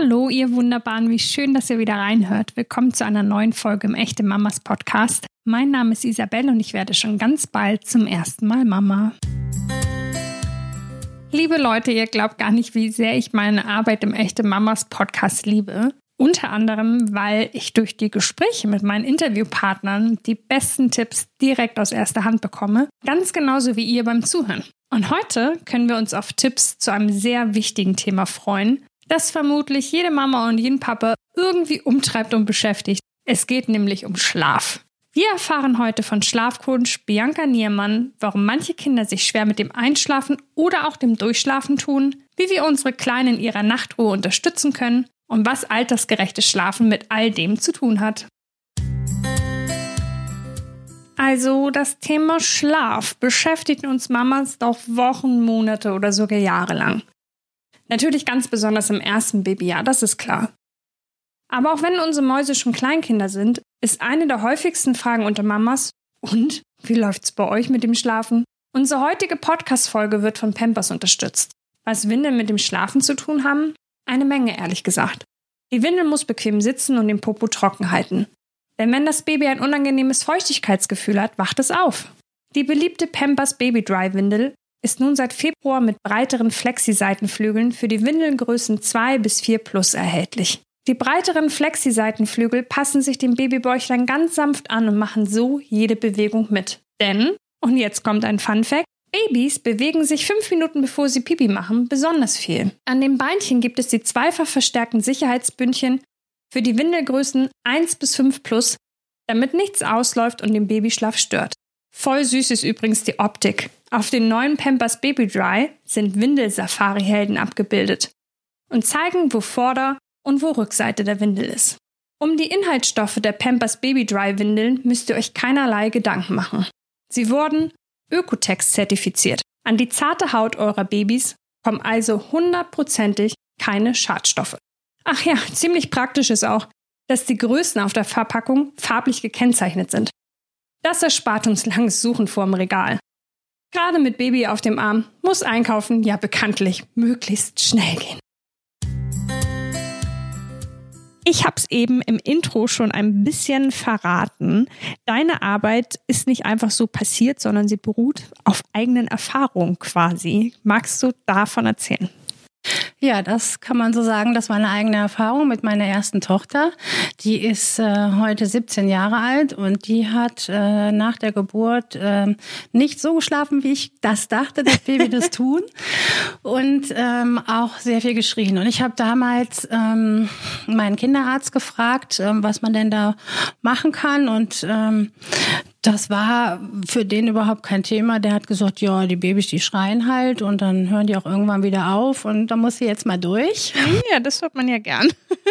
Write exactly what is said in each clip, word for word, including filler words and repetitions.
Hallo, ihr Wunderbaren, wie schön, dass ihr wieder reinhört. Willkommen zu einer neuen Folge im Echte Mamas Podcast. Mein Name ist Isabelle und ich werde schon ganz bald zum ersten Mal Mama. Liebe Leute, ihr glaubt gar nicht, wie sehr ich meine Arbeit im Echte Mamas Podcast liebe. Unter anderem, weil ich durch die Gespräche mit meinen Interviewpartnern die besten Tipps direkt aus erster Hand bekomme. Ganz genauso wie ihr beim Zuhören. Und heute können wir uns auf Tipps zu einem sehr wichtigen Thema freuen, das vermutlich jede Mama und jeden Papa irgendwie umtreibt und beschäftigt. Es geht nämlich um Schlaf. Wir erfahren heute von Schlafcoach Bianca Niermann, warum manche Kinder sich schwer mit dem Einschlafen oder auch dem Durchschlafen tun, wie wir unsere Kleinen in ihrer Nachtruhe unterstützen können und was altersgerechtes Schlafen mit all dem zu tun hat. Also das Thema Schlaf beschäftigt uns Mamas doch Wochen, Monate oder sogar Jahre lang. Natürlich ganz besonders im ersten Babyjahr, das ist klar. Aber auch wenn unsere Mäuse schon Kleinkinder sind, ist eine der häufigsten Fragen unter Mamas: Und, wie läuft's bei euch mit dem Schlafen? Unsere heutige Podcast-Folge wird von Pampers unterstützt. Was Windeln mit dem Schlafen zu tun haben? Eine Menge, ehrlich gesagt. Die Windel muss bequem sitzen und den Popo trocken halten. Denn wenn das Baby ein unangenehmes Feuchtigkeitsgefühl hat, wacht es auf. Die beliebte Pampers Baby Dry Windel ist nun seit Februar mit breiteren Flexi-Seitenflügeln für die Windelgrößen zwei bis vier plus erhältlich. Die breiteren Flexi-Seitenflügel passen sich dem Babybäuchlein ganz sanft an und machen so jede Bewegung mit. Denn, und jetzt kommt ein Fun-Fact, Babys bewegen sich fünf Minuten bevor sie Pipi machen besonders viel. An den Beinchen gibt es die zweifach verstärkten Sicherheitsbündchen für die Windelgrößen eins bis fünf plus, damit nichts ausläuft und den Babyschlaf stört. Voll süß ist übrigens die Optik. Auf den neuen Pampers Baby Dry sind Windel-Safari-Helden abgebildet und zeigen, wo Vorder- und wo Rückseite der Windel ist. Um die Inhaltsstoffe der Pampers Baby Dry Windeln müsst ihr euch keinerlei Gedanken machen. Sie wurden Ökotex zertifiziert. An die zarte Haut eurer Babys kommen also hundertprozentig keine Schadstoffe. Ach ja, ziemlich praktisch ist auch, dass die Größen auf der Verpackung farblich gekennzeichnet sind. Das erspart uns langes Suchen vorm Regal. Gerade mit Baby auf dem Arm muss Einkaufen ja bekanntlich möglichst schnell gehen. Ich hab's eben im Intro schon ein bisschen verraten. Deine Arbeit ist nicht einfach so passiert, sondern sie beruht auf eigenen Erfahrungen quasi. Magst du davon erzählen? Ja, das kann man so sagen. Das war eine eigene Erfahrung mit meiner ersten Tochter. Die ist äh, heute siebzehn Jahre alt und die hat äh, nach der Geburt äh, nicht so geschlafen, wie ich das dachte, dass Baby das tun. Und ähm, auch sehr viel geschrien. Und ich habe damals ähm, meinen Kinderarzt gefragt, ähm, was man denn da machen kann. Und ähm, das war für den überhaupt kein Thema. Der hat gesagt, ja, die Babys, die schreien halt und dann hören die auch irgendwann wieder auf und da muss sie jetzt mal durch. Ja, das hört man ja gern.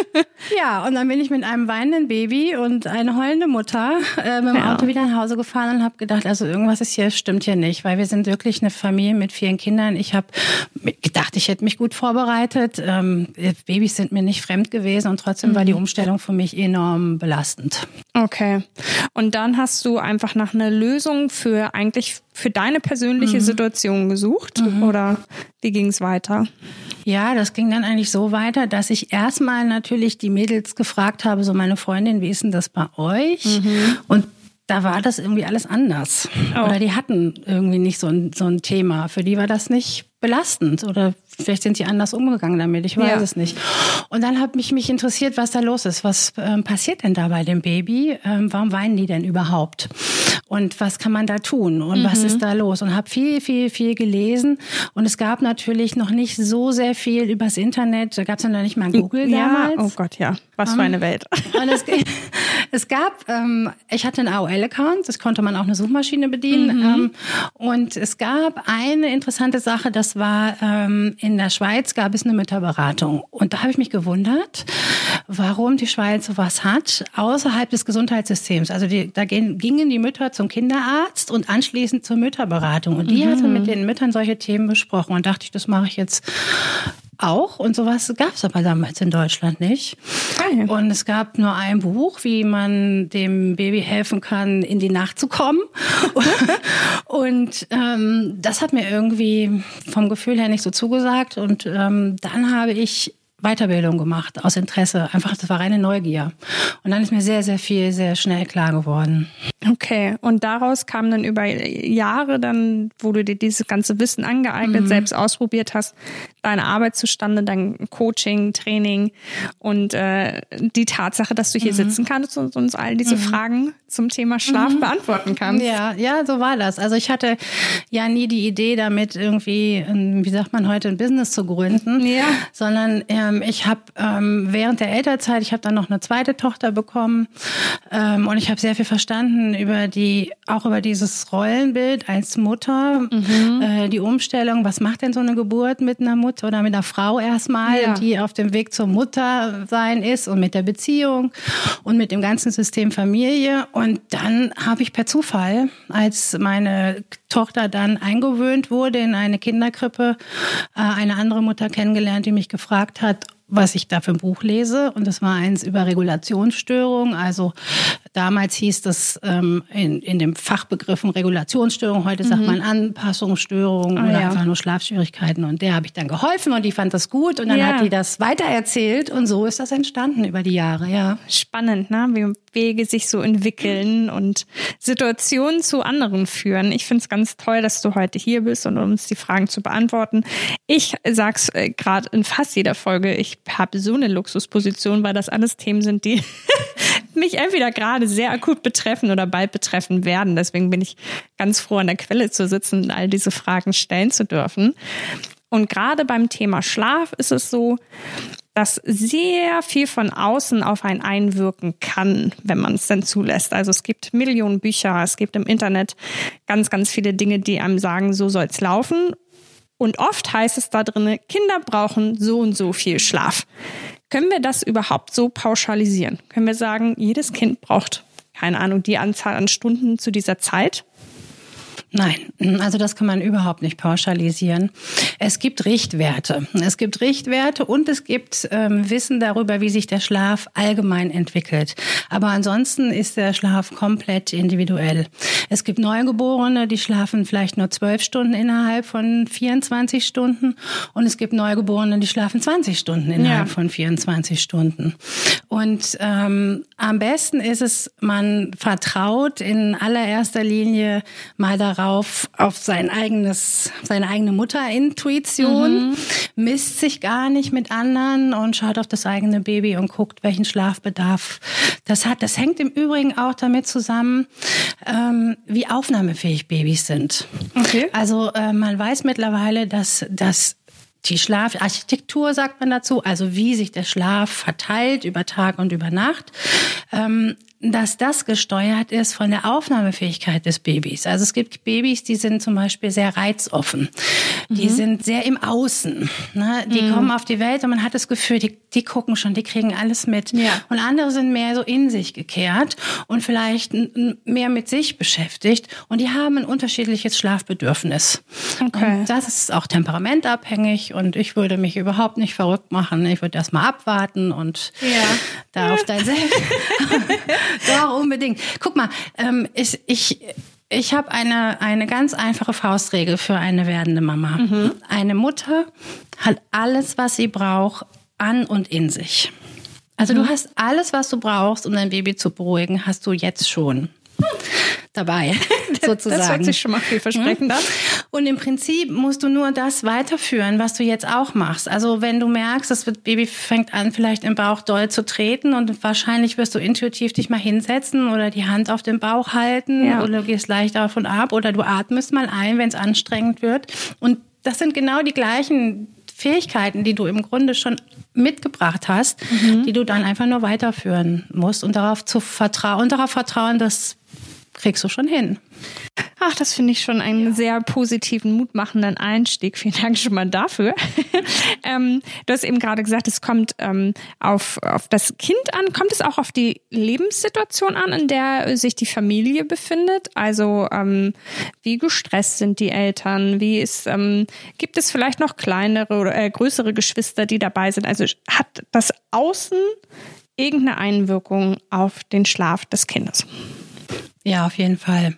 Ja, und dann bin ich mit einem weinenden Baby und eine heulende Mutter äh, mit dem ja. Auto wieder nach Hause gefahren und habe gedacht, also irgendwas ist hier, stimmt hier nicht, weil wir sind wirklich eine Familie mit vielen Kindern. Ich habe gedacht, ich hätte mich gut vorbereitet. Ähm, Babys sind mir nicht fremd gewesen und trotzdem mhm. war die Umstellung für mich enorm belastend. Okay. Und dann hast du einfach nach einer Lösung für eigentlich für deine persönliche mhm. Situation gesucht mhm. oder wie ging es weiter? Ja, das ging dann eigentlich so weiter, dass ich erstmal natürlich die Mädels gefragt habe, so meine Freundin, wie ist denn das bei euch? Mhm. Und da war das irgendwie alles anders. Oh. Oder die hatten irgendwie nicht so ein, so ein Thema. Für die war das nicht belastend oder vielleicht sind sie anders umgegangen damit, ich weiß ja. es nicht. Und dann hat mich, mich interessiert, was da los ist. Was ähm, passiert denn da bei dem Baby? Ähm, warum weinen die denn überhaupt? Und was kann man da tun? Und mhm. was ist da los? Und habe viel, viel, viel gelesen. Und es gab natürlich noch nicht so sehr viel übers Internet. Da gab es noch nicht mal Google ja. damals. Oh Gott, ja. Was für eine Welt. Und es, es gab, ähm, ich hatte einen A O L-Account, das konnte man auch eine Suchmaschine bedienen. Mhm. Ähm, und es gab eine interessante Sache, das war ähm, in der Schweiz gab es eine Mütterberatung. Und da habe ich mich gewundert, warum die Schweiz sowas hat, außerhalb des Gesundheitssystems. Also die, da gehen, gingen die Mütter zum Kinderarzt und anschließend zur Mütterberatung. Und die mhm. hatte mit den Müttern solche Themen besprochen. Und dachte ich, das mache ich jetzt auch. Und sowas gab es aber damals in Deutschland nicht. Okay. Und es gab nur ein Buch, wie man dem Baby helfen kann, in die Nacht zu kommen. Und ähm, das hat mir irgendwie vom Gefühl her nicht so zugesagt. Und ähm, dann habe ich Weiterbildung gemacht, aus Interesse. Einfach, das war reine Neugier. Und dann ist mir sehr, sehr viel, sehr schnell klar geworden. Okay, und daraus kam dann über Jahre dann, wo du dir dieses ganze Wissen angeeignet, mhm. selbst ausprobiert hast, deine Arbeit zustande, dein Coaching, Training und äh, die Tatsache, dass du hier mhm. sitzen kannst und uns all diese mhm. Fragen zum Thema Schlaf mhm. beantworten kannst. Ja, ja, so war das. Also ich hatte ja nie die Idee damit irgendwie, wie sagt man heute, ein Business zu gründen, ja. sondern ähm, ich habe ähm, während der Elternzeit, ich habe dann noch eine zweite Tochter bekommen ähm, und ich habe sehr viel verstanden über die, auch über dieses Rollenbild als Mutter, mhm. äh, die Umstellung, was macht denn so eine Geburt mit einer Mutter oder mit einer Frau erstmal, ja. die auf dem Weg zur Mutter sein ist und mit der Beziehung und mit dem ganzen System Familie. Und dann habe ich per Zufall, als meine Tochter dann eingewöhnt wurde in eine Kinderkrippe, äh, eine andere Mutter kennengelernt, die mich gefragt hat, was ich da für ein Buch lese. Und das war eins über Regulationsstörungen. Also damals hieß das ähm, in, in dem Fachbegriffen Regulationsstörung. Heute mhm. sagt man Anpassungsstörungen oh, oder ja. einfach nur Schlafschwierigkeiten. Und der habe ich dann geholfen und die fand das gut. Und dann ja. hat die das weitererzählt. Und so ist das entstanden über die Jahre, ja. Spannend, ne? Wie Wege sich so entwickeln und Situationen zu anderen führen. Ich finde es ganz toll, dass du heute hier bist und um uns die Fragen zu beantworten. Ich sag's äh, gerade in fast jeder Folge, ich habe so eine Luxusposition, weil das alles Themen sind, die mich entweder gerade sehr akut betreffen oder bald betreffen werden. Deswegen bin ich ganz froh, an der Quelle zu sitzen und all diese Fragen stellen zu dürfen. Und gerade beim Thema Schlaf ist es so, dass sehr viel von außen auf einen einwirken kann, wenn man es denn zulässt. Also es gibt Millionen Bücher, es gibt im Internet ganz, ganz viele Dinge, die einem sagen, so soll es laufen. Und oft heißt es da drin, Kinder brauchen so und so viel Schlaf. Können wir das überhaupt so pauschalisieren? Können wir sagen, jedes Kind braucht, keine Ahnung, die Anzahl an Stunden zu dieser Zeit? Nein, also das kann man überhaupt nicht pauschalisieren. Es gibt Richtwerte. Es gibt Richtwerte und es gibt ähm, Wissen darüber, wie sich der Schlaf allgemein entwickelt. Aber ansonsten ist der Schlaf komplett individuell. Es gibt Neugeborene, die schlafen vielleicht nur zwölf Stunden innerhalb von vierundzwanzig Stunden und es gibt Neugeborene, die schlafen zwanzig Stunden innerhalb ja. von vierundzwanzig Stunden. Und ähm, am besten ist es, man vertraut in allererster Linie mal darauf, Auf, auf sein eigenes, seine eigene Mutterintuition, mhm. misst sich gar nicht mit anderen und schaut auf das eigene Baby und guckt, welchen Schlafbedarf das hat. Das hängt im Übrigen auch damit zusammen, ähm, wie aufnahmefähig Babys sind. Okay. Also äh, man weiß mittlerweile, dass das die Schlafarchitektur, sagt man dazu, also wie sich der Schlaf verteilt über Tag und über Nacht, ähm, dass das gesteuert ist von der Aufnahmefähigkeit des Babys. Also es gibt Babys, die sind zum Beispiel sehr reizoffen. Die mhm. sind sehr im Außen. Ne? Die mhm. kommen auf die Welt und man hat das Gefühl, die, die gucken schon, die kriegen alles mit. Ja. Und andere sind mehr so in sich gekehrt und vielleicht mehr mit sich beschäftigt. Und die haben ein unterschiedliches Schlafbedürfnis. Okay. Und das ist auch temperamentabhängig und ich würde mich überhaupt nicht verrückt machen. Ich würde erst mal abwarten und ja. da auf dein Selbst... Doch, unbedingt. Guck mal, ähm, ich, ich, ich habe eine, eine ganz einfache Faustregel für eine werdende Mama. Mhm. Eine Mutter hat alles, was sie braucht, an und in sich. Also mhm. du hast alles, was du brauchst, um dein Baby zu beruhigen, hast du jetzt schon dabei, sozusagen. Das hört sich schon mal vielversprechend an. Und im Prinzip musst du nur das weiterführen, was du jetzt auch machst. Also wenn du merkst, das Baby fängt an, vielleicht im Bauch doll zu treten und wahrscheinlich wirst du intuitiv dich mal hinsetzen oder die Hand auf den Bauch halten ja. oder du gehst leicht auf und ab oder du atmest mal ein, wenn es anstrengend wird. Und das sind genau die gleichen Fähigkeiten, die du im Grunde schon mitgebracht hast, mhm. die du dann einfach nur weiterführen musst und darauf zu vertrauen und darauf vertrauen, dass kriegst du schon hin. Ach, das finde ich schon einen ja. sehr positiven, mutmachenden Einstieg. Vielen Dank schon mal dafür. ähm, du hast eben gerade gesagt, es kommt ähm, auf, auf das Kind an. Kommt es auch auf die Lebenssituation an, in der sich die Familie befindet? Also ähm, wie gestresst sind die Eltern? Wie ist, ähm, gibt es vielleicht noch kleinere oder äh, größere Geschwister, die dabei sind? Also hat das Außen irgendeine Einwirkung auf den Schlaf des Kindes? Ja, auf jeden Fall.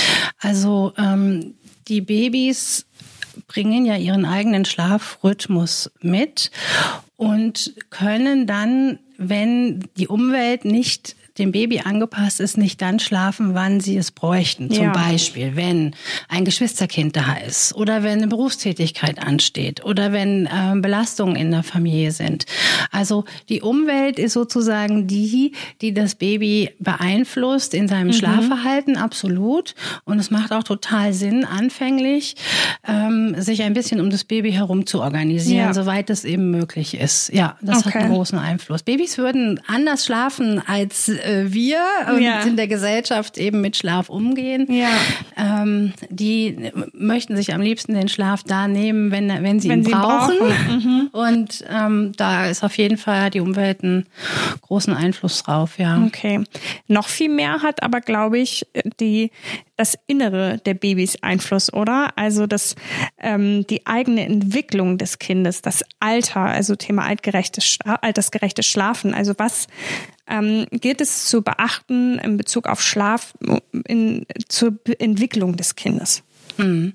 Also ähm, die Babys bringen ja ihren eigenen Schlafrhythmus mit und können dann, wenn die Umwelt nicht dem Baby angepasst ist, nicht dann schlafen, wann sie es bräuchten. Zum ja. Beispiel, wenn ein Geschwisterkind da ist oder wenn eine Berufstätigkeit ansteht oder wenn äh, Belastungen in der Familie sind. Also die Umwelt ist sozusagen die, die das Baby beeinflusst in seinem mhm. Schlafverhalten, absolut. Und es macht auch total Sinn, anfänglich ähm, sich ein bisschen um das Baby herum zu organisieren, ja. soweit es eben möglich ist. Ja, das okay. hat einen großen Einfluss. Babys würden anders schlafen als wir und ja. in der Gesellschaft eben mit Schlaf umgehen. Ja. Ähm, die möchten sich am liebsten den Schlaf da nehmen, wenn, wenn sie wenn ihn sie brauchen. brauchen. Mhm. Und ähm, da ist auf jeden Fall die Umwelt einen großen Einfluss drauf. Ja. Okay. Noch viel mehr hat aber, glaube ich, die das Innere der Babys Einfluss, oder? Also das, ähm, die eigene Entwicklung des Kindes, das Alter, also Thema altgerechtes Schla- altersgerechtes Schlafen. Also was ähm, gilt es zu beachten in Bezug auf Schlaf in, zur Entwicklung des Kindes? Mhm.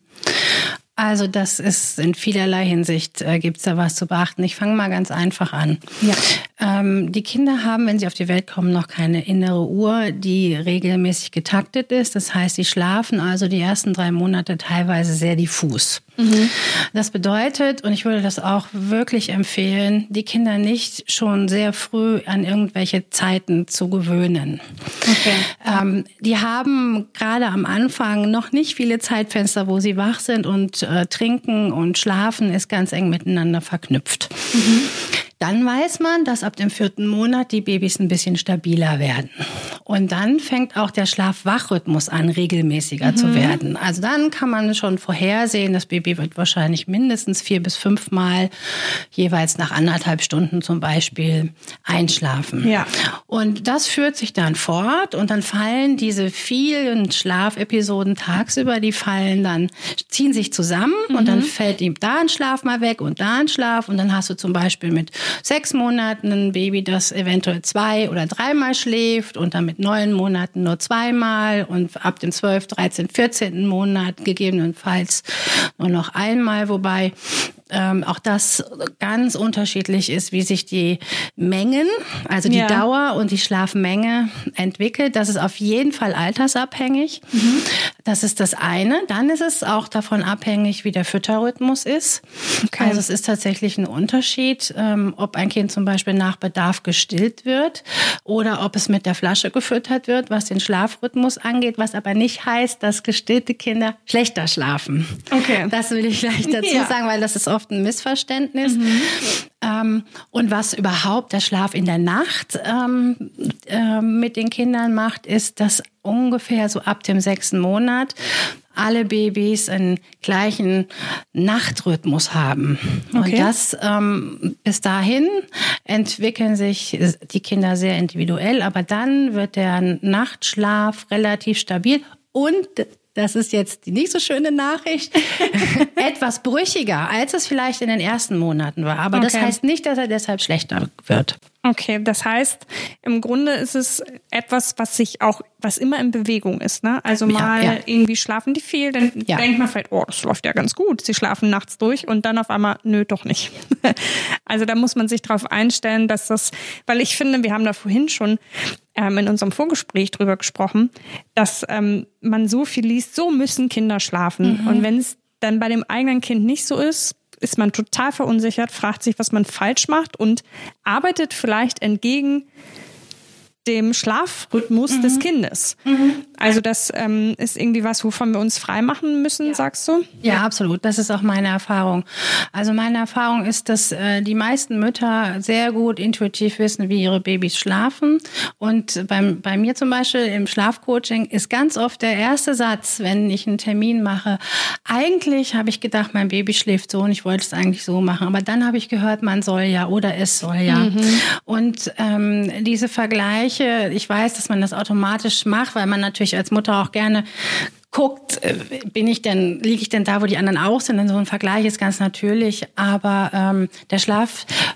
Also das ist in vielerlei Hinsicht, äh, gibt es da was zu beachten. Ich fange mal ganz einfach an. Ja. Ähm, die Kinder haben, wenn sie auf die Welt kommen, noch keine innere Uhr, die regelmäßig getaktet ist. Das heißt, sie schlafen also die ersten drei Monate teilweise sehr diffus. Mhm. Das bedeutet, und ich würde das auch wirklich empfehlen, die Kinder nicht schon sehr früh an irgendwelche Zeiten zu gewöhnen. Okay. Ähm, die haben gerade am Anfang noch nicht viele Zeitfenster, wo sie wach sind, und äh, Trinken und Schlafen ist ganz eng miteinander verknüpft. Mhm. Dann weiß man, dass ab dem vierten Monat die Babys ein bisschen stabiler werden. Und dann fängt auch der Schlaf-Wach-Rhythmus an, regelmäßiger mhm. zu werden. Also dann kann man schon vorhersehen, das Baby wird wahrscheinlich mindestens vier bis fünf Mal jeweils nach anderthalb Stunden zum Beispiel einschlafen. Ja. Und das führt sich dann fort und dann fallen diese vielen Schlafepisoden tagsüber, die fallen dann, ziehen sich zusammen mhm. und dann fällt ihm da ein Schlaf mal weg und da ein Schlaf und dann hast du zum Beispiel mit sechs Monaten ein Baby, das eventuell zwei oder dreimal schläft und dann mit neun Monaten nur zweimal und ab dem zwölf, dreizehn, vierzehnten Monat gegebenenfalls nur noch einmal, wobei ähm, auch das ganz unterschiedlich ist, wie sich die Mengen, also die ja. Dauer und die Schlafmenge entwickelt. Das ist auf jeden Fall altersabhängig. Mhm. Das ist das eine. Dann ist es auch davon abhängig, wie der Fütterrhythmus ist. Okay. Also es ist tatsächlich ein Unterschied, ähm, ob ein Kind zum Beispiel nach Bedarf gestillt wird oder ob es mit der Flasche gefüttert wird, was den Schlafrhythmus angeht, was aber nicht heißt, dass gestillte Kinder schlechter schlafen. Okay. Das will ich gleich dazu ja. sagen, weil das ist oft ein Missverständnis. Mhm. Ähm, und was überhaupt der Schlaf in der Nacht ähm, äh, mit den Kindern macht, ist, dass ungefähr so ab dem sechsten Monat alle Babys einen gleichen Nachtrhythmus haben. Okay. Und das ähm, bis dahin entwickeln sich die Kinder sehr individuell, aber dann wird der Nachtschlaf relativ stabil und das ist jetzt die nicht so schöne Nachricht, etwas brüchiger, als es vielleicht in den ersten Monaten war. Aber okay. das heißt nicht, dass er deshalb schlechter wird. Okay, das heißt, im Grunde ist es etwas, was sich auch, was immer in Bewegung ist, ne? Also mal ja, ja. irgendwie schlafen die viel, dann ja. denkt man vielleicht, oh, das läuft ja ganz gut. Sie schlafen nachts durch und dann auf einmal, nö, doch nicht. Also da muss man sich drauf einstellen, dass das, weil ich finde, wir haben da vorhin schon ähm, in unserem Vorgespräch drüber gesprochen, dass ähm, man so viel liest, so müssen Kinder schlafen. Mhm. Und wenn es dann bei dem eigenen Kind nicht so ist, ist man total verunsichert, fragt sich, was man falsch macht und arbeitet vielleicht entgegen dem Schlafrhythmus mhm. des Kindes. Mhm. Also das ähm, ist irgendwie was, wovon wir uns frei machen müssen, ja. sagst du? Ja, absolut. Das ist auch meine Erfahrung. Also meine Erfahrung ist, dass äh, die meisten Mütter sehr gut intuitiv wissen, wie ihre Babys schlafen. Und beim, bei mir zum Beispiel im Schlafcoaching ist ganz oft der erste Satz, wenn ich einen Termin mache, eigentlich habe ich gedacht, mein Baby schläft so und ich wollte es eigentlich so machen. Aber dann habe ich gehört, man soll ja oder es soll ja. Mhm. Und ähm, diese Vergleiche, ich weiß, dass man das automatisch macht, weil man natürlich als Mutter auch gerne guckt, bin ich denn, liege ich denn da, wo die anderen auch sind? Denn so ein Vergleich ist ganz natürlich. Aber ähm, der Schlaf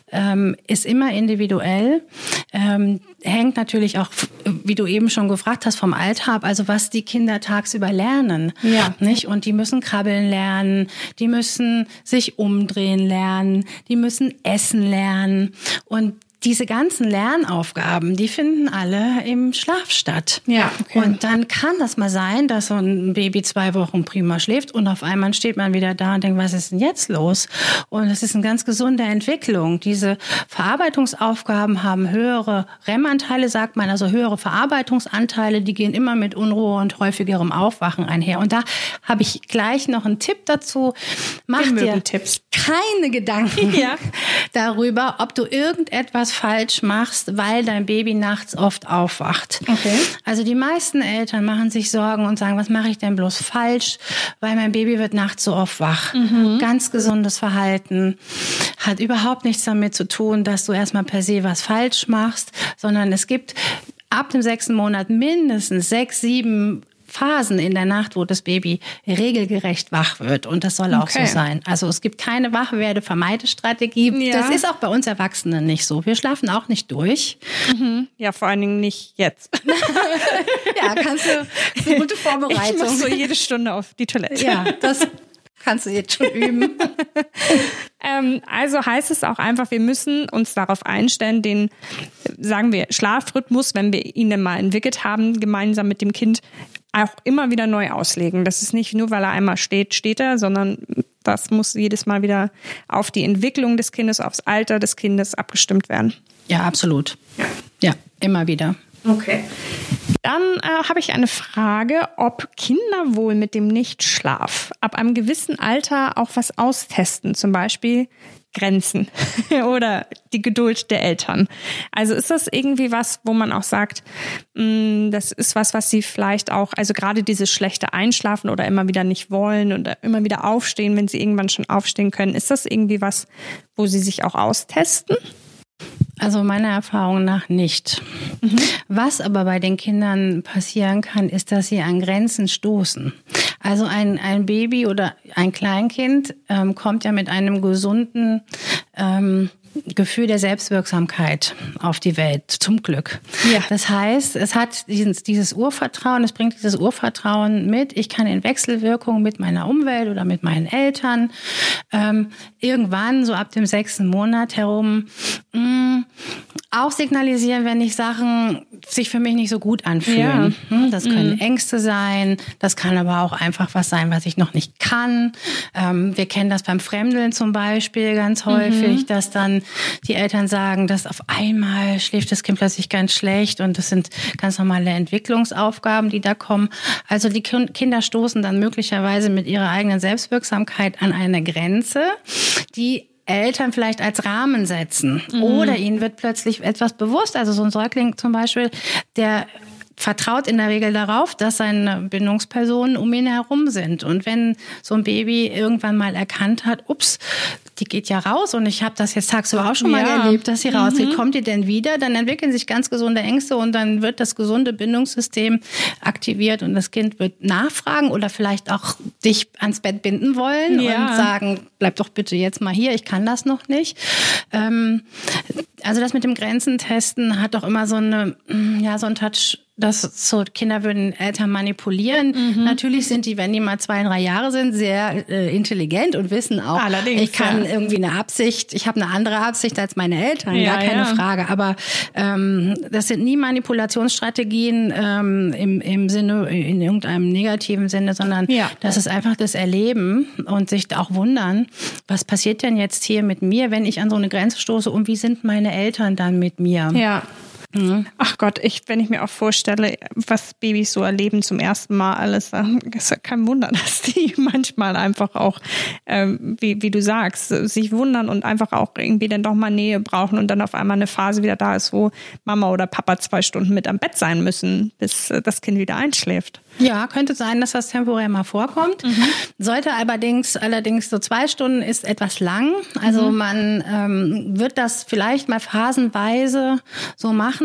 ähm, ist immer individuell. Ähm, hängt natürlich auch, wie du eben schon gefragt hast, vom Alter ab, also was die Kinder tagsüber lernen. Ja. Nicht? Und die müssen krabbeln lernen, die müssen sich umdrehen lernen, die müssen essen lernen. Und diese ganzen Lernaufgaben, die finden alle im Schlaf statt. Ja, okay. Und dann kann das mal sein, dass so ein Baby zwei Wochen prima schläft und auf einmal steht man wieder da und denkt, was ist denn jetzt los? Und es ist eine ganz gesunde Entwicklung. Diese Verarbeitungsaufgaben haben höhere R E M-Anteile, sagt man, also höhere Verarbeitungsanteile, die gehen immer mit Unruhe und häufigerem Aufwachen einher. Und da habe ich gleich noch einen Tipp dazu. Mach dir Tipps. keine Gedanken Ja. darüber, ob du irgendetwas falsch machst, weil dein Baby nachts oft aufwacht. Okay. Also die meisten Eltern machen sich Sorgen und sagen, was mache ich denn bloß falsch, weil mein Baby wird nachts so oft wach. Mhm. Ganz gesundes Verhalten, hat überhaupt nichts damit zu tun, dass du erstmal per se was falsch machst, sondern es gibt ab dem sechsten Monat mindestens sechs, sieben Phasen in der Nacht, wo das Baby regelgerecht wach wird. Und das soll auch Okay. so sein. Also es gibt keine Wachwerde-Vermeidestrategie. Ja. Das ist auch bei uns Erwachsenen nicht so. Wir schlafen auch nicht durch. Mhm. Ja, vor allen Dingen nicht jetzt. Ja, kannst du, das ist eine gute Vorbereitung. Ich muss so jede Stunde auf die Toilette. Ja, das kannst du jetzt schon üben. Ähm, also heißt es auch einfach, wir müssen uns darauf einstellen, den, sagen wir, Schlafrhythmus, wenn wir ihn dann mal entwickelt haben, gemeinsam mit dem Kind auch immer wieder neu auslegen. Das ist nicht nur, weil er einmal steht, steht er, sondern das muss jedes Mal wieder auf die Entwicklung des Kindes, aufs Alter des Kindes abgestimmt werden. Ja, absolut. Ja. Ja, immer wieder. Okay. Dann äh, habe ich eine Frage, ob Kinder wohl mit dem Nichtschlaf ab einem gewissen Alter auch was austesten, zum Beispiel Grenzen oder die Geduld der Eltern. Also ist das irgendwie was, wo man auch sagt, mh, das ist was, was sie vielleicht auch, also gerade dieses schlechte Einschlafen oder immer wieder nicht wollen oder immer wieder aufstehen, wenn sie irgendwann schon aufstehen können, ist das irgendwie was, wo sie sich auch austesten? Also meiner Erfahrung nach nicht. Mhm. Was aber bei den Kindern passieren kann, ist, dass sie an Grenzen stoßen. Also ein, ein Baby oder ein Kleinkind ähm, kommt ja mit einem gesunden ähm, Gefühl der Selbstwirksamkeit auf die Welt, zum Glück. Ja. Das heißt, es hat dieses, dieses Urvertrauen, es bringt dieses Urvertrauen mit, ich kann in Wechselwirkung mit meiner Umwelt oder mit meinen Eltern ähm, irgendwann, so ab dem sechsten Monat herum, mh, auch signalisieren, wenn ich Sachen sich für mich nicht so gut anfühlen. Ja. Das können mhm. Ängste sein, das kann aber auch einfach was sein, was ich noch nicht kann. Ähm, wir kennen das beim Fremdeln zum Beispiel ganz häufig, mhm. dass dann die Eltern sagen, dass auf einmal schläft das Kind plötzlich ganz schlecht und das sind ganz normale Entwicklungsaufgaben, die da kommen. Also die Kinder stoßen dann möglicherweise mit ihrer eigenen Selbstwirksamkeit an eine Grenze, die Eltern vielleicht als Rahmen setzen. Mhm. Oder ihnen wird plötzlich etwas bewusst. Also so ein Säugling zum Beispiel, der vertraut in der Regel darauf, dass seine Bindungspersonen um ihn herum sind. Und wenn so ein Baby irgendwann mal erkannt hat, ups, die geht ja raus und ich habe das jetzt tagsüber auch schon mal ja. erlebt, dass sie rausgeht, mhm. kommt die denn wieder? Dann entwickeln sich ganz gesunde Ängste und dann wird das gesunde Bindungssystem aktiviert und das Kind wird nachfragen oder vielleicht auch dich ans Bett binden wollen ja. und sagen, bleib doch bitte jetzt mal hier, ich kann das noch nicht. Ähm, also das mit dem Grenzentesten hat doch immer so eine, ja, so ein Touch, dass so Kinder würden Eltern manipulieren. Mhm. Natürlich sind die, wenn die mal zwei, drei Jahre sind, sehr äh, intelligent und wissen auch, allerdings, ich kann ja. irgendwie eine Absicht, ich habe eine andere Absicht als meine Eltern, ja, gar keine ja. Frage. Aber ähm, das sind nie Manipulationsstrategien ähm, im, im Sinne, in irgendeinem negativen Sinne, sondern ja. das ist einfach das Erleben und sich auch wundern, was passiert denn jetzt hier mit mir, wenn ich an so eine Grenze stoße und wie sind meine Eltern dann mit mir? Ja. Ach Gott, ich, wenn ich mir auch vorstelle, was Babys so erleben zum ersten Mal alles, dann ist ja kein Wunder, dass die manchmal einfach auch, ähm, wie, wie du sagst, sich wundern und einfach auch irgendwie dann doch mal Nähe brauchen und dann auf einmal eine Phase wieder da ist, wo Mama oder Papa zwei Stunden mit am Bett sein müssen, bis das Kind wieder einschläft. Ja, könnte sein, dass das temporär mal vorkommt. Mhm. Sollte allerdings, allerdings so zwei Stunden ist etwas lang. Also mhm. man ähm, wird das vielleicht mal phasenweise so machen.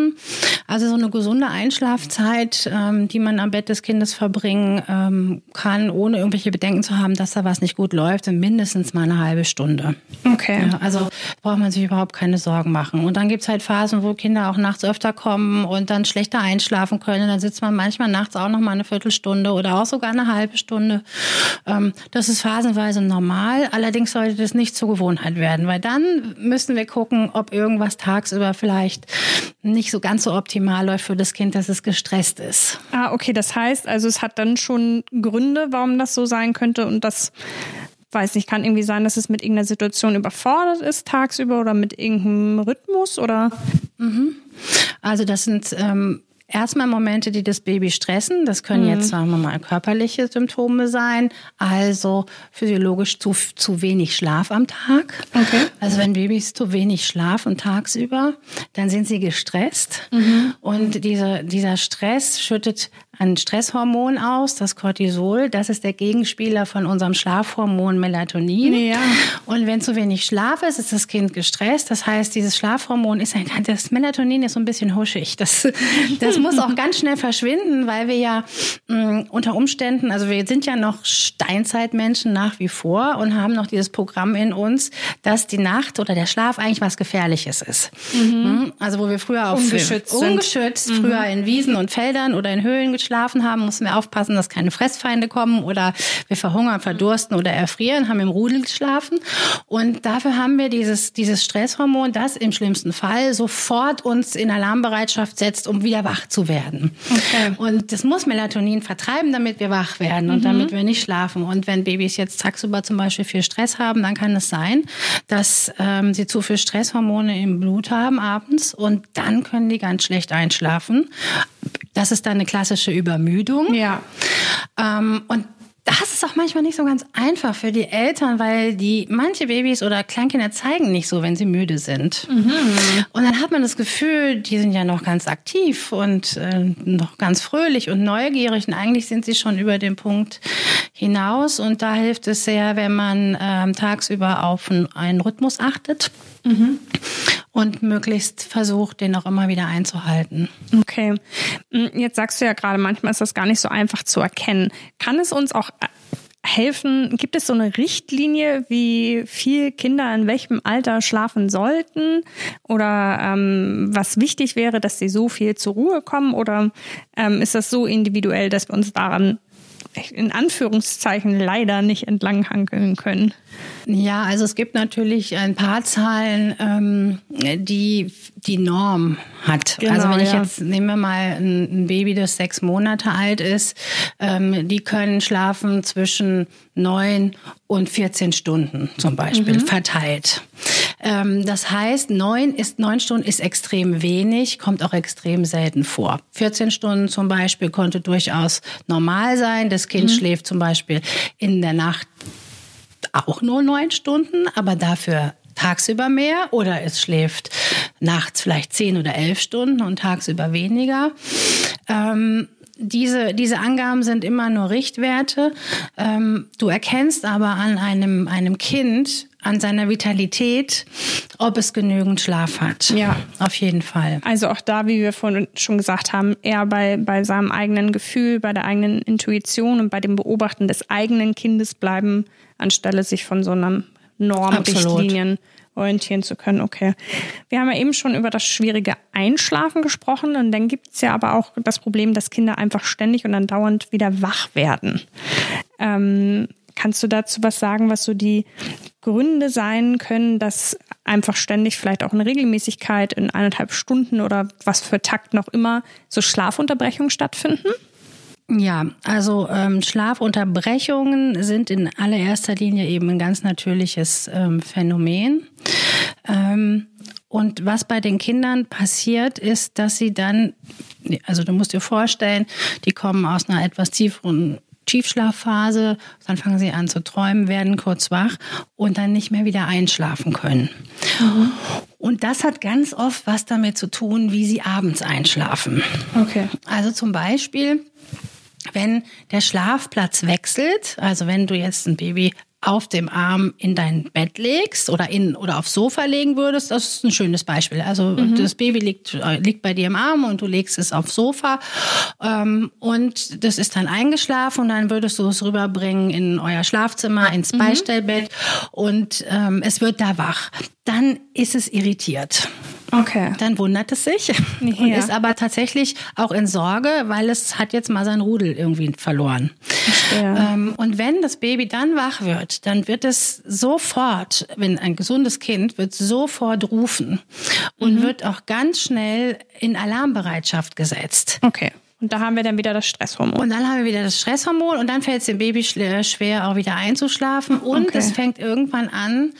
Einschlafen. Also so eine gesunde Einschlafzeit, ähm, die man am Bett des Kindes verbringen ähm, kann, ohne irgendwelche Bedenken zu haben, dass da was nicht gut läuft, sind mindestens mal eine halbe Stunde. Okay. Ja, also braucht man sich überhaupt keine Sorgen machen. Und dann gibt's halt Phasen, wo Kinder auch nachts öfter kommen und dann schlechter einschlafen können. Dann sitzt man manchmal nachts auch noch mal eine Viertelstunde oder auch sogar eine halbe Stunde. Ähm, das ist phasenweise normal. Allerdings sollte das nicht zur Gewohnheit werden, weil dann müssen wir gucken, ob irgendwas tagsüber vielleicht nicht so ganz so optimal läuft für das Kind, dass es gestresst ist. Ah, okay, das heißt, also es hat dann schon Gründe, warum das so sein könnte und das, weiß nicht, kann irgendwie sein, dass es mit irgendeiner Situation überfordert ist tagsüber oder mit irgendeinem Rhythmus oder? Mhm. Also das sind ähm, erstmal Momente, die das Baby stressen. Das können jetzt, sagen wir mal, körperliche Symptome sein. Also physiologisch zu, zu wenig Schlaf am Tag. Okay. Also wenn Babys zu wenig schlafen tagsüber, dann sind sie gestresst. Mhm. Und diese, dieser Stress schüttet ein Stresshormon aus, das Cortisol. Das ist der Gegenspieler von unserem Schlafhormon Melatonin. Ja. Und wenn zu wenig Schlaf ist, ist das Kind gestresst. Das heißt, dieses Schlafhormon ist ein, das Melatonin ist so ein bisschen huschig. Das, das muss auch ganz schnell verschwinden, weil wir ja mh, unter Umständen, also wir sind ja noch Steinzeitmenschen nach wie vor und haben noch dieses Programm in uns, dass die Nacht oder der Schlaf eigentlich was Gefährliches ist. Mhm. Also wo wir früher auf ungeschützt, ungeschützt sind. früher Mhm. in Wiesen und Feldern oder in Höhlen geschlafen haben, mussten wir aufpassen, dass keine Fressfeinde kommen oder wir verhungern, verdursten oder erfrieren, haben im Rudel geschlafen. Und dafür haben wir dieses, dieses Stresshormon, das im schlimmsten Fall sofort uns in Alarmbereitschaft setzt, um wieder wach zu werden. Okay. Und das muss Melatonin vertreiben, damit wir wach werden und mhm. damit wir nicht schlafen. Und wenn Babys jetzt tagsüber zum Beispiel viel Stress haben, dann kann es sein, dass ähm, sie zu viel Stresshormone im Blut haben abends und dann können die ganz schlecht einschlafen. Das ist dann eine klassische Übermüdung. Ja. Ähm, und das ist auch manchmal nicht so ganz einfach für die Eltern, weil die manche Babys oder Kleinkinder zeigen nicht so, wenn sie müde sind. Mhm. Und dann hat man das Gefühl, die sind ja noch ganz aktiv und äh, noch ganz fröhlich und neugierig. Und eigentlich sind sie schon über den Punkt hinaus. Und da hilft es sehr, wenn man äh, tagsüber auf einen Rhythmus achtet. Mhm. Und möglichst versucht, den auch immer wieder einzuhalten. Okay. Jetzt sagst du ja gerade, manchmal ist das gar nicht so einfach zu erkennen. Kann es uns auch helfen, gibt es so eine Richtlinie, wie viel Kinder in welchem Alter schlafen sollten? Oder ähm, was wichtig wäre, dass sie so viel zur Ruhe kommen? Oder ähm, ist das so individuell, dass wir uns daran in Anführungszeichen leider nicht entlanghangeln können? Ja, also es gibt natürlich ein paar Zahlen, ähm, die die Norm hat. Genau, also wenn ich ja. jetzt, nehmen wir mal ein, ein Baby, das sechs Monate alt ist, ähm, die können schlafen zwischen neun und vierzehn Stunden zum Beispiel, mhm. verteilt. Ähm, das heißt, neun ist neun Stunden ist extrem wenig, kommt auch extrem selten vor. vierzehn Stunden zum Beispiel konnte durchaus normal sein. Das Kind mhm. schläft zum Beispiel in der Nacht auch nur neun Stunden, aber dafür tagsüber mehr, oder es schläft nachts vielleicht zehn oder elf Stunden und tagsüber weniger. Ähm, diese, diese Angaben sind immer nur Richtwerte. Ähm, du erkennst aber an einem, einem Kind, an seiner Vitalität, ob es genügend Schlaf hat. Ja. Auf jeden Fall. Also auch da, wie wir vorhin schon gesagt haben, eher bei, bei seinem eigenen Gefühl, bei der eigenen Intuition und bei dem Beobachten des eigenen Kindes bleiben, anstelle sich von so einer Norm, Absolut. Richtlinien orientieren zu können. Okay. Wir haben ja eben schon über das schwierige Einschlafen gesprochen und dann gibt es ja aber auch das Problem, dass Kinder einfach ständig und andauernd wieder wach werden. Ähm, kannst du dazu was sagen, was so die Gründe sein können, dass einfach ständig vielleicht auch eine Regelmäßigkeit in eineinhalb Stunden oder was für Takt noch immer so Schlafunterbrechungen stattfinden? Ja, also ähm, Schlafunterbrechungen sind in allererster Linie eben ein ganz natürliches ähm, Phänomen. Ähm, und was bei den Kindern passiert, ist, dass sie dann, also du musst dir vorstellen, die kommen aus einer etwas tieferen Tiefschlafphase, dann fangen sie an zu träumen, werden kurz wach und dann nicht mehr wieder einschlafen können. Mhm. Und das hat ganz oft was damit zu tun, wie sie abends einschlafen. Okay. Also zum Beispiel, wenn der Schlafplatz wechselt, also wenn du jetzt ein Baby auf dem Arm in dein Bett legst oder in oder aufs Sofa legen würdest, das ist ein schönes Beispiel. Also mhm. das Baby liegt, liegt bei dir im Arm und du legst es aufs Sofa ähm, und das ist dann eingeschlafen und dann würdest du es rüberbringen in euer Schlafzimmer, ins Beistellbett mhm. und ähm, es wird da wach. Dann ist es irritiert. Okay. Dann wundert es sich ja. und ist aber tatsächlich auch in Sorge, weil es hat jetzt mal sein Rudel irgendwie verloren. Ähm, und wenn das Baby dann wach wird, dann wird es sofort, wenn ein gesundes Kind, wird sofort rufen und mhm. wird auch ganz schnell in Alarmbereitschaft gesetzt. Okay. Und da haben wir dann wieder das Stresshormon. Und dann haben wir wieder das Stresshormon und dann fällt es dem Baby schwer, auch wieder einzuschlafen. Und okay. es fängt irgendwann an,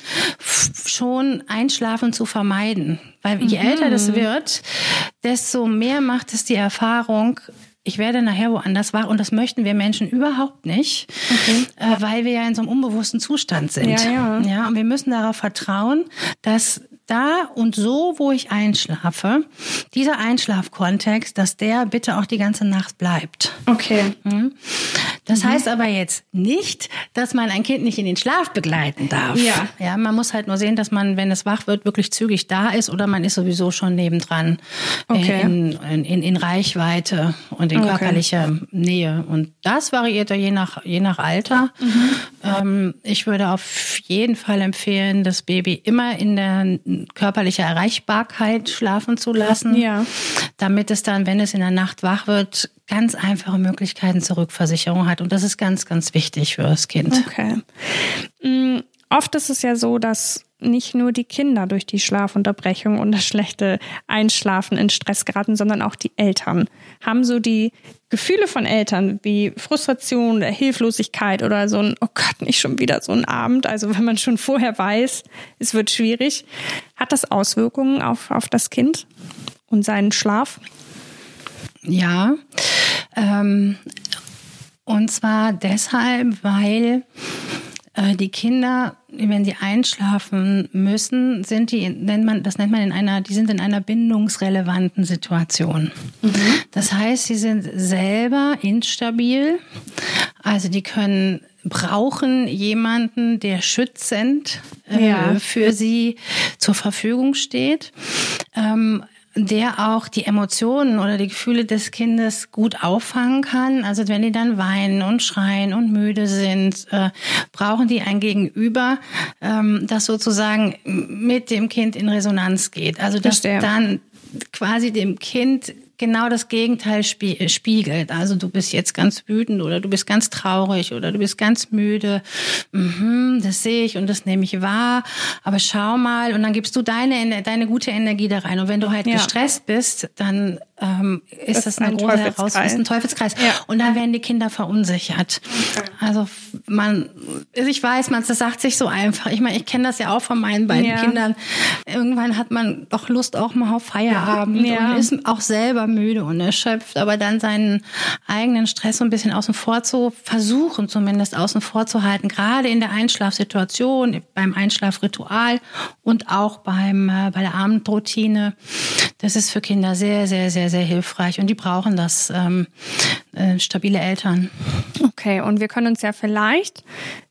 schon Einschlafen zu vermeiden. Weil je mhm. älter das wird, desto mehr macht es die Erfahrung, ich werde nachher woanders wach und das möchten wir Menschen überhaupt nicht, okay. äh, weil wir ja in so einem unbewussten Zustand sind. Ja, ja. Ja, und wir müssen darauf vertrauen, dass da und so, wo ich einschlafe, dieser Einschlafkontext, dass der bitte auch die ganze Nacht bleibt. Okay. Das mhm. heißt aber jetzt nicht, dass man ein Kind nicht in den Schlaf begleiten darf. Ja. Ja, man muss halt nur sehen, dass man, wenn es wach wird, wirklich zügig da ist oder man ist sowieso schon nebendran okay. in, in, in Reichweite und in okay. körperlicher Nähe. Und das variiert ja je nach, je nach Alter. Mhm. Ähm, ich würde auf jeden Fall empfehlen, das Baby immer in der körperlichen Erreichbarkeit schlafen zu lassen, ja. damit es dann, wenn es in der Nacht wach wird, ganz einfache Möglichkeiten zur Rückversicherung hat. Und das ist ganz, ganz wichtig für das Kind. Okay. Mhm. Oft ist es ja so, dass nicht nur die Kinder durch die Schlafunterbrechung und das schlechte Einschlafen in Stress geraten, sondern auch die Eltern. Haben so die Gefühle von Eltern wie Frustration oder Hilflosigkeit oder so ein, oh Gott, nicht schon wieder so ein Abend. Also wenn man schon vorher weiß, es wird schwierig. Hat das Auswirkungen auf, auf das Kind und seinen Schlaf? Ja, ähm, und zwar deshalb, weil die Kinder, wenn sie einschlafen müssen, sind die, nennt man, das nennt man in einer, die sind in einer bindungsrelevanten Situation. Mhm. Das heißt, sie sind selber instabil. Also die können, brauchen jemanden, der schützend äh, ja. für sie zur Verfügung steht. Ähm, der auch die Emotionen oder die Gefühle des Kindes gut auffangen kann. Also wenn die dann weinen und schreien und müde sind, äh, brauchen die ein Gegenüber, ähm, das sozusagen mit dem Kind in Resonanz geht. Also dass dann quasi dem Kind genau das Gegenteil spiegelt. Also du bist jetzt ganz wütend oder du bist ganz traurig oder du bist ganz müde. Mhm, das sehe ich und das nehme ich wahr. Aber schau mal und dann gibst du deine deine gute Energie da rein. Und wenn du halt ja. gestresst bist, dann ähm, ist das, das eine ein große Herausforderung, ist ein Teufelskreis. Ja. Und dann werden die Kinder verunsichert. Okay. Also man, ich weiß, man, das sagt sich so einfach. Ich meine, ich kenne das ja auch von meinen beiden ja. Kindern. Irgendwann hat man doch Lust auch mal auf Feierabend ja. und ist auch selber müde und erschöpft, aber dann seinen eigenen Stress so ein bisschen außen vor zu versuchen, zumindest außen vor zu halten, gerade in der Einschlafsituation, beim Einschlafritual und auch beim äh, bei der Abendroutine. Das ist für Kinder sehr, sehr, sehr, sehr hilfreich und die brauchen das, ähm, äh, stabile Eltern. Okay, und wir können uns ja vielleicht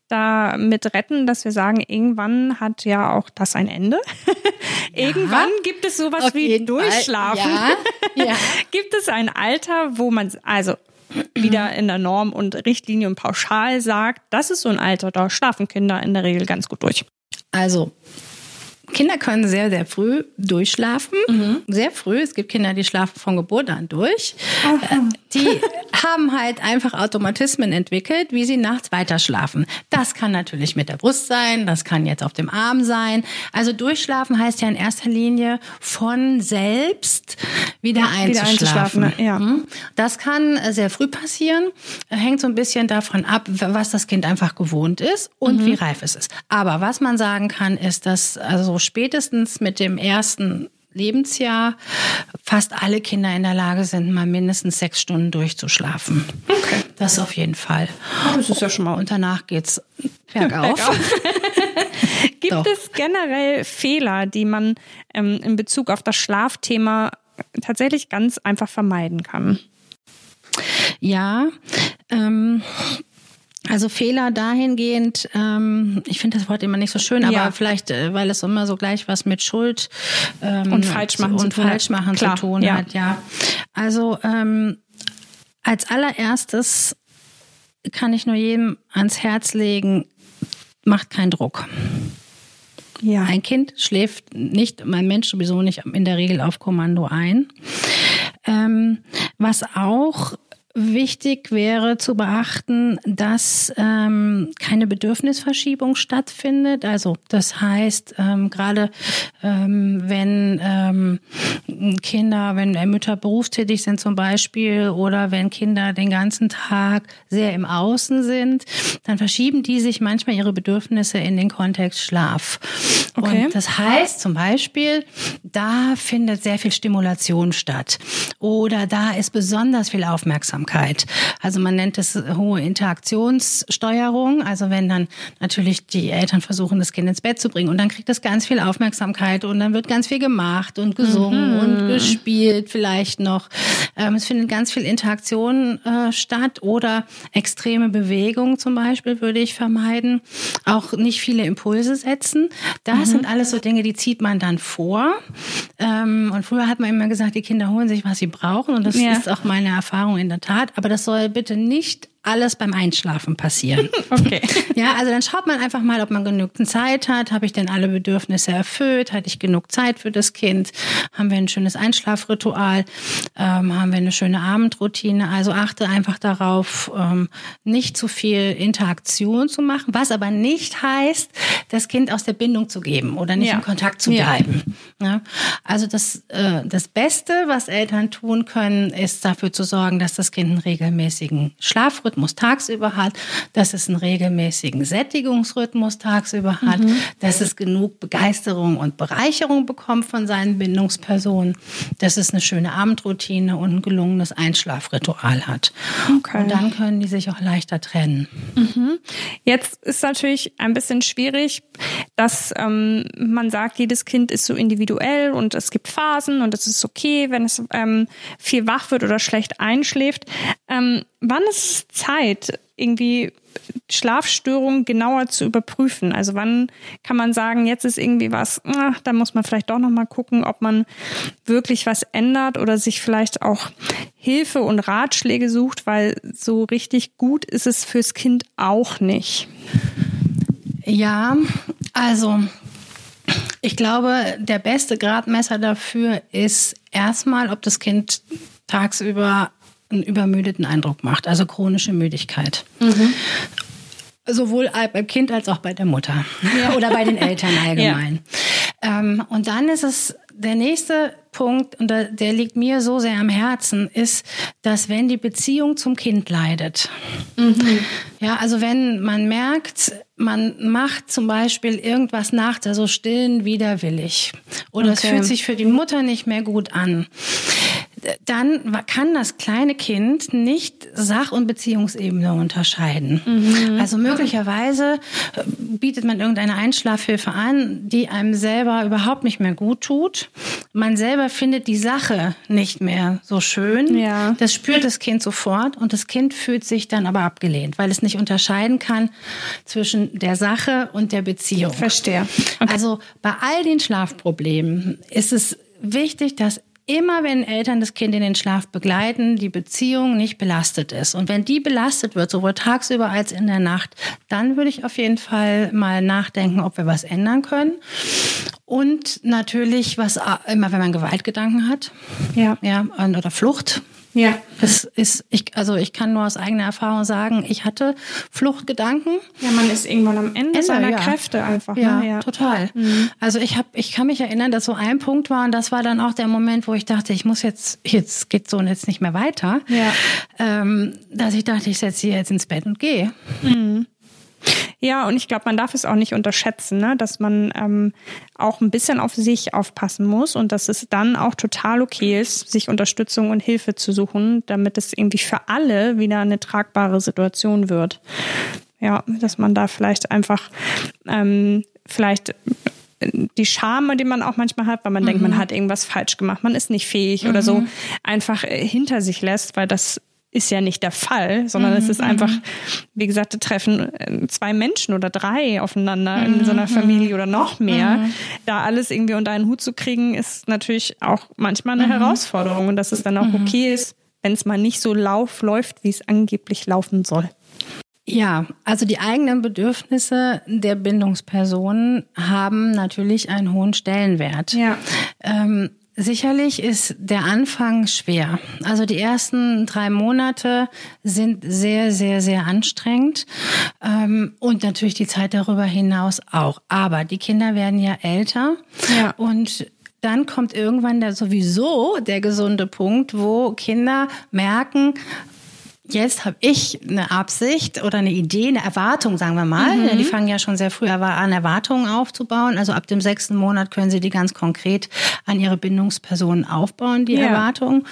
damit retten, dass wir sagen, irgendwann hat ja auch das ein Ende. Irgendwann ja, gibt es sowas wie Durchschlafen. Ja, ja. Gibt es ein Alter, wo man also wieder in der Norm und Richtlinie und pauschal sagt, das ist so ein Alter, da schlafen Kinder in der Regel ganz gut durch. Also Kinder können sehr, sehr früh durchschlafen. Mhm. Sehr früh. Es gibt Kinder, die schlafen von Geburt an durch. Äh, die haben halt einfach Automatismen entwickelt, wie sie nachts weiter schlafen. Das kann natürlich mit der Brust sein, das kann jetzt auf dem Arm sein. Also durchschlafen heißt ja in erster Linie von selbst wieder, ja, einzuschlafen. Wieder einzuschlafen. Ja. Das kann sehr früh passieren. Hängt so ein bisschen davon ab, was das Kind einfach gewohnt ist und mhm. wie reif es ist. Aber was man sagen kann, ist, dass also spätestens mit dem ersten Lebensjahr fast alle Kinder in der Lage sind, mal mindestens sechs Stunden durchzuschlafen. Okay. Das auf jeden Fall. Das ist ja schon mal. Und danach geht's bergauf. bergauf. Gibt Doch. es generell Fehler, die man ähm, in Bezug auf das Schlafthema tatsächlich ganz einfach vermeiden kann? Ja, ähm... Also Fehler dahingehend, ähm, ich finde das Wort immer nicht so schön, aber ja. vielleicht, äh, weil es immer so gleich was mit Schuld ähm, und Falschmachen, und zu, Falschmachen Klar, zu tun ja. hat. Ja. Also ähm, als allererstes kann ich nur jedem ans Herz legen, macht keinen Druck. Ja. Ein Kind schläft nicht, mein Mensch sowieso nicht in der Regel auf Kommando ein. Ähm, was auch wichtig wäre zu beachten, dass ähm, keine Bedürfnisverschiebung stattfindet. Also das heißt, ähm, gerade ähm, wenn ähm, Kinder, wenn Mütter berufstätig sind zum Beispiel oder wenn Kinder den ganzen Tag sehr im Außen sind, dann verschieben die sich manchmal ihre Bedürfnisse in den Kontext Schlaf. Okay. Und das heißt zum Beispiel, da findet sehr viel Stimulation statt oder da ist besonders viel Aufmerksamkeit. Also man nennt es hohe Interaktionssteuerung. Also wenn dann natürlich die Eltern versuchen, das Kind ins Bett zu bringen und dann kriegt es ganz viel Aufmerksamkeit und dann wird ganz viel gemacht und gesungen mhm. und gespielt vielleicht noch. Ähm, es findet ganz viel Interaktion äh, statt oder extreme Bewegung zum Beispiel würde ich vermeiden. Auch nicht viele Impulse setzen. Das mhm. sind alles so Dinge, die zieht man dann vor. Ähm, und früher hat man immer gesagt, die Kinder holen sich, was sie brauchen und das ja. ist auch meine Erfahrung in der Tat. Aber das soll bitte nicht alles beim Einschlafen passieren. Okay. Ja, also dann schaut man einfach mal, ob man genügend Zeit hat. Habe ich denn alle Bedürfnisse erfüllt? Hatte ich genug Zeit für das Kind? Haben wir ein schönes Einschlafritual? Ähm, haben wir eine schöne Abendroutine? Also achte einfach darauf, ähm, nicht zu viel Interaktion zu machen, was aber nicht heißt, das Kind aus der Bindung zu geben oder nicht ja. in Kontakt zu bleiben. Ja. Ja, also das, äh, das Beste, was Eltern tun können, ist dafür zu sorgen, dass das Kind einen regelmäßigen Schlafrhythmus tagsüber hat, dass es einen regelmäßigen Sättigungsrhythmus tagsüber hat, mhm. dass es genug Begeisterung und Bereicherung bekommt von seinen Bindungspersonen, dass es eine schöne Abendroutine und ein gelungenes Einschlafritual hat. Okay. Und dann können die sich auch leichter trennen. Mhm. Jetzt ist natürlich ein bisschen schwierig, dass ähm, man sagt, jedes Kind ist so individuell und es gibt Phasen und es ist okay, wenn es ähm, viel wach wird oder schlecht einschläft. Ähm, wann ist es Zeit, irgendwie Schlafstörungen genauer zu überprüfen? Also wann kann man sagen, jetzt ist irgendwie was, ach, da muss man vielleicht doch noch mal gucken, ob man wirklich was ändert oder sich vielleicht auch Hilfe und Ratschläge sucht, weil so richtig gut ist es fürs Kind auch nicht. Ja, also ich glaube, der beste Gradmesser dafür ist erstmal, ob das Kind tagsüber einen übermüdeten Eindruck macht, also chronische Müdigkeit. Mhm. Sowohl beim Kind als auch bei der Mutter ja. oder bei den Eltern allgemein. Ja. Ähm, und dann ist es der nächste Punkt, und der, der liegt mir so sehr am Herzen, ist, dass wenn die Beziehung zum Kind leidet, mhm. ja, also wenn man merkt, man macht zum Beispiel irgendwas nachts, also stillen widerwillig, oder okay. es fühlt sich für die Mutter nicht mehr gut an, dann kann das kleine Kind nicht Sach- und Beziehungsebene unterscheiden. Mhm. Also möglicherweise bietet man irgendeine Einschlafhilfe an, die einem selber überhaupt nicht mehr gut tut. Man selber findet die Sache nicht mehr so schön. Ja. Das spürt das Kind sofort und das Kind fühlt sich dann aber abgelehnt, weil es nicht unterscheiden kann zwischen der Sache und der Beziehung. Verstehe. Okay. Also bei all den Schlafproblemen ist es wichtig, dass immer wenn Eltern das Kind in den Schlaf begleiten, die Beziehung nicht belastet ist. Und wenn die belastet wird, sowohl tagsüber als in der Nacht, dann würde ich auf jeden Fall mal nachdenken, ob wir was ändern können. Und natürlich, was immer, wenn man Gewaltgedanken hat, ja, ja, oder Flucht. Ja, das ist, ich, also ich kann nur aus eigener Erfahrung sagen, ich hatte Fluchtgedanken. Ja, man ist irgendwann am Ende, Ende seiner ja. Kräfte einfach. Ja, ne? ja. total. Mhm. Also ich habe, ich kann mich erinnern, dass so ein Punkt war und das war dann auch der Moment, wo ich dachte, ich muss jetzt, jetzt geht so und jetzt nicht mehr weiter. Ja. Ähm, dass ich dachte, ich setze sie jetzt ins Bett und gehe. Mhm. Ja, und ich glaube, man darf es auch nicht unterschätzen, ne? Dass man ähm, auch ein bisschen auf sich aufpassen muss und dass es dann auch total okay ist, sich Unterstützung und Hilfe zu suchen, damit es irgendwie für alle wieder eine tragbare Situation wird. Ja, dass man da vielleicht einfach ähm, vielleicht die Scham, die man auch manchmal hat, weil man mhm. denkt, man hat irgendwas falsch gemacht, man ist nicht fähig mhm. oder so, einfach hinter sich lässt, weil das ist ja nicht der Fall, sondern mhm. es ist einfach, wie gesagt, treffen zwei Menschen oder drei aufeinander mhm. in so einer Familie oder noch mehr. Mhm. Da alles irgendwie unter einen Hut zu kriegen, ist natürlich auch manchmal eine mhm. Herausforderung und dass es dann auch mhm. okay ist, wenn es mal nicht so lauf, läuft, wie es angeblich laufen soll. Ja, also die eigenen Bedürfnisse der Bindungspersonen haben natürlich einen hohen Stellenwert. Ja. Ähm, Sicherlich ist der Anfang schwer. Also die ersten drei Monate sind sehr, sehr, sehr anstrengend. Ähm, und natürlich die Zeit darüber hinaus auch. Aber die Kinder werden ja älter. Ja. Und dann kommt irgendwann der sowieso der gesunde Punkt, wo Kinder merken, jetzt habe ich eine Absicht oder eine Idee, eine Erwartung, sagen wir mal. Mhm. Die fangen ja schon sehr früh an, Erwartungen aufzubauen. Also ab dem sechsten Monat können sie die ganz konkret an ihre Bindungspersonen aufbauen, die ja. Erwartungen.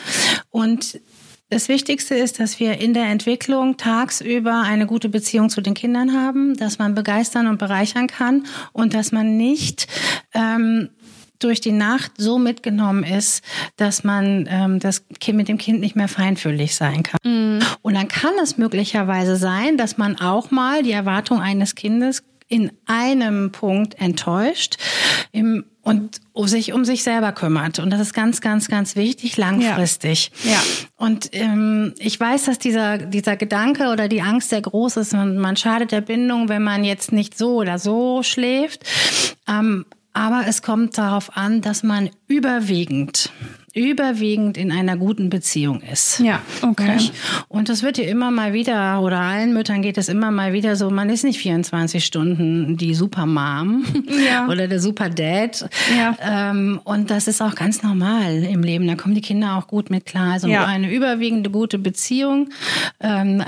Und das Wichtigste ist, dass wir in der Entwicklung tagsüber eine gute Beziehung zu den Kindern haben, dass man begeistern und bereichern kann und dass man nicht ähm, durch die Nacht so mitgenommen ist, dass man ähm, das Kind mit dem Kind nicht mehr feinfühlig sein kann. Mm. Und dann kann es möglicherweise sein, dass man auch mal die Erwartung eines Kindes in einem Punkt enttäuscht im, und sich um sich selber kümmert. Und das ist ganz, ganz, ganz wichtig, langfristig. Ja. Ja. Und ähm, ich weiß, dass dieser, dieser Gedanke oder die Angst sehr groß ist. Man, man schadet der Bindung, wenn man jetzt nicht so oder so schläft. Ähm, Aber es kommt darauf an, dass man überwiegend, überwiegend in einer guten Beziehung ist. Ja, okay. Und das wird ja immer mal wieder, oder allen Müttern geht es immer mal wieder so, man ist nicht vierundzwanzig Stunden die Supermom ja. oder der Superdad. Ja. Ähm, und das ist auch ganz normal im Leben. Da kommen die Kinder auch gut mit klar. Also ja. eine überwiegende gute Beziehung ähm,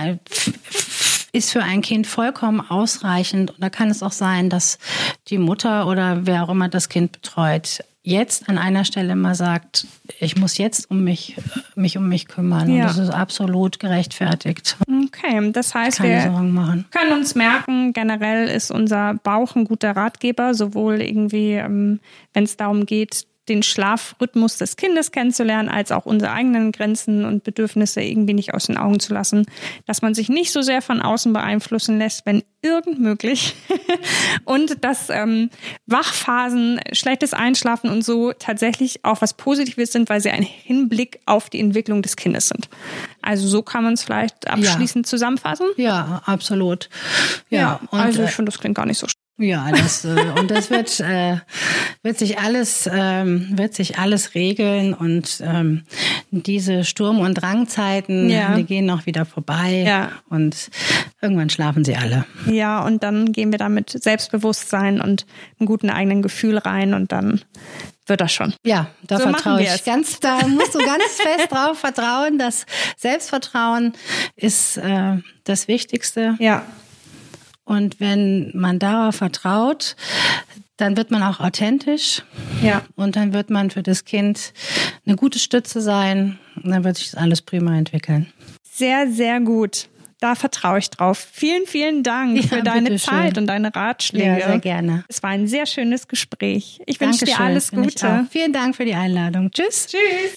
ist für ein Kind vollkommen ausreichend. Und da kann es auch sein, dass die Mutter oder wer auch immer das Kind betreut, jetzt an einer Stelle mal sagt, ich muss jetzt um mich, mich um mich kümmern. Ja. Und das ist absolut gerechtfertigt. Okay, das heißt, Keine wir Sorgen machen. können uns merken, generell ist unser Bauch ein guter Ratgeber, sowohl irgendwie, wenn es darum geht, den Schlafrhythmus des Kindes kennenzulernen, als auch unsere eigenen Grenzen und Bedürfnisse irgendwie nicht aus den Augen zu lassen. Dass man sich nicht so sehr von außen beeinflussen lässt, wenn irgend möglich. Und dass ähm, Wachphasen, schlechtes Einschlafen und so tatsächlich auch was Positives sind, weil sie ein Hinblick auf die Entwicklung des Kindes sind. Also so kann man es vielleicht abschließend ja. zusammenfassen. Ja, absolut. Ja, ja und, also ich finde, das klingt gar nicht so schlimm. Ja, das äh, und das wird äh, wird sich alles ähm, wird sich alles regeln und ähm, diese Sturm- und Drangzeiten, ja. die gehen noch wieder vorbei ja. und irgendwann schlafen sie alle. Ja, und dann gehen wir da mit Selbstbewusstsein und einem guten eigenen Gefühl rein und dann wird das schon. Ja, da so vertraue ich ganz, da musst du ganz fest drauf vertrauen. Das Selbstvertrauen ist äh, das Wichtigste. Ja. Und wenn man darauf vertraut, dann wird man auch authentisch. Ja. Und dann wird man für das Kind eine gute Stütze sein. Und dann wird sich das alles prima entwickeln. Sehr, sehr gut. Da vertraue ich drauf. Vielen, vielen Dank ja, für deine Zeit und deine Ratschläge. Ja, sehr gerne. Es war ein sehr schönes Gespräch. Ich wünsche dir alles Gute. Vielen Dank für die Einladung. Tschüss. Tschüss.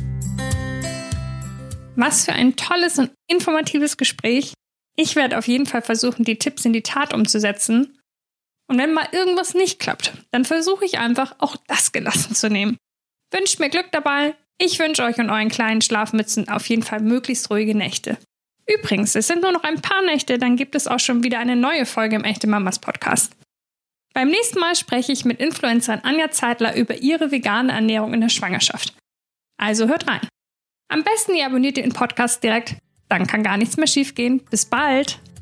Was für ein tolles und informatives Gespräch. Ich werde auf jeden Fall versuchen, die Tipps in die Tat umzusetzen. Und wenn mal irgendwas nicht klappt, dann versuche ich einfach, auch das gelassen zu nehmen. Wünscht mir Glück dabei. Ich wünsche euch und euren kleinen Schlafmützen auf jeden Fall möglichst ruhige Nächte. Übrigens, es sind nur noch ein paar Nächte, dann gibt es auch schon wieder eine neue Folge im Echte Mamas Podcast. Beim nächsten Mal spreche ich mit Influencerin Anja Zeitler über ihre vegane Ernährung in der Schwangerschaft. Also hört rein. Am besten ihr abonniert den Podcast direkt. Dann kann gar nichts mehr schiefgehen. Bis bald!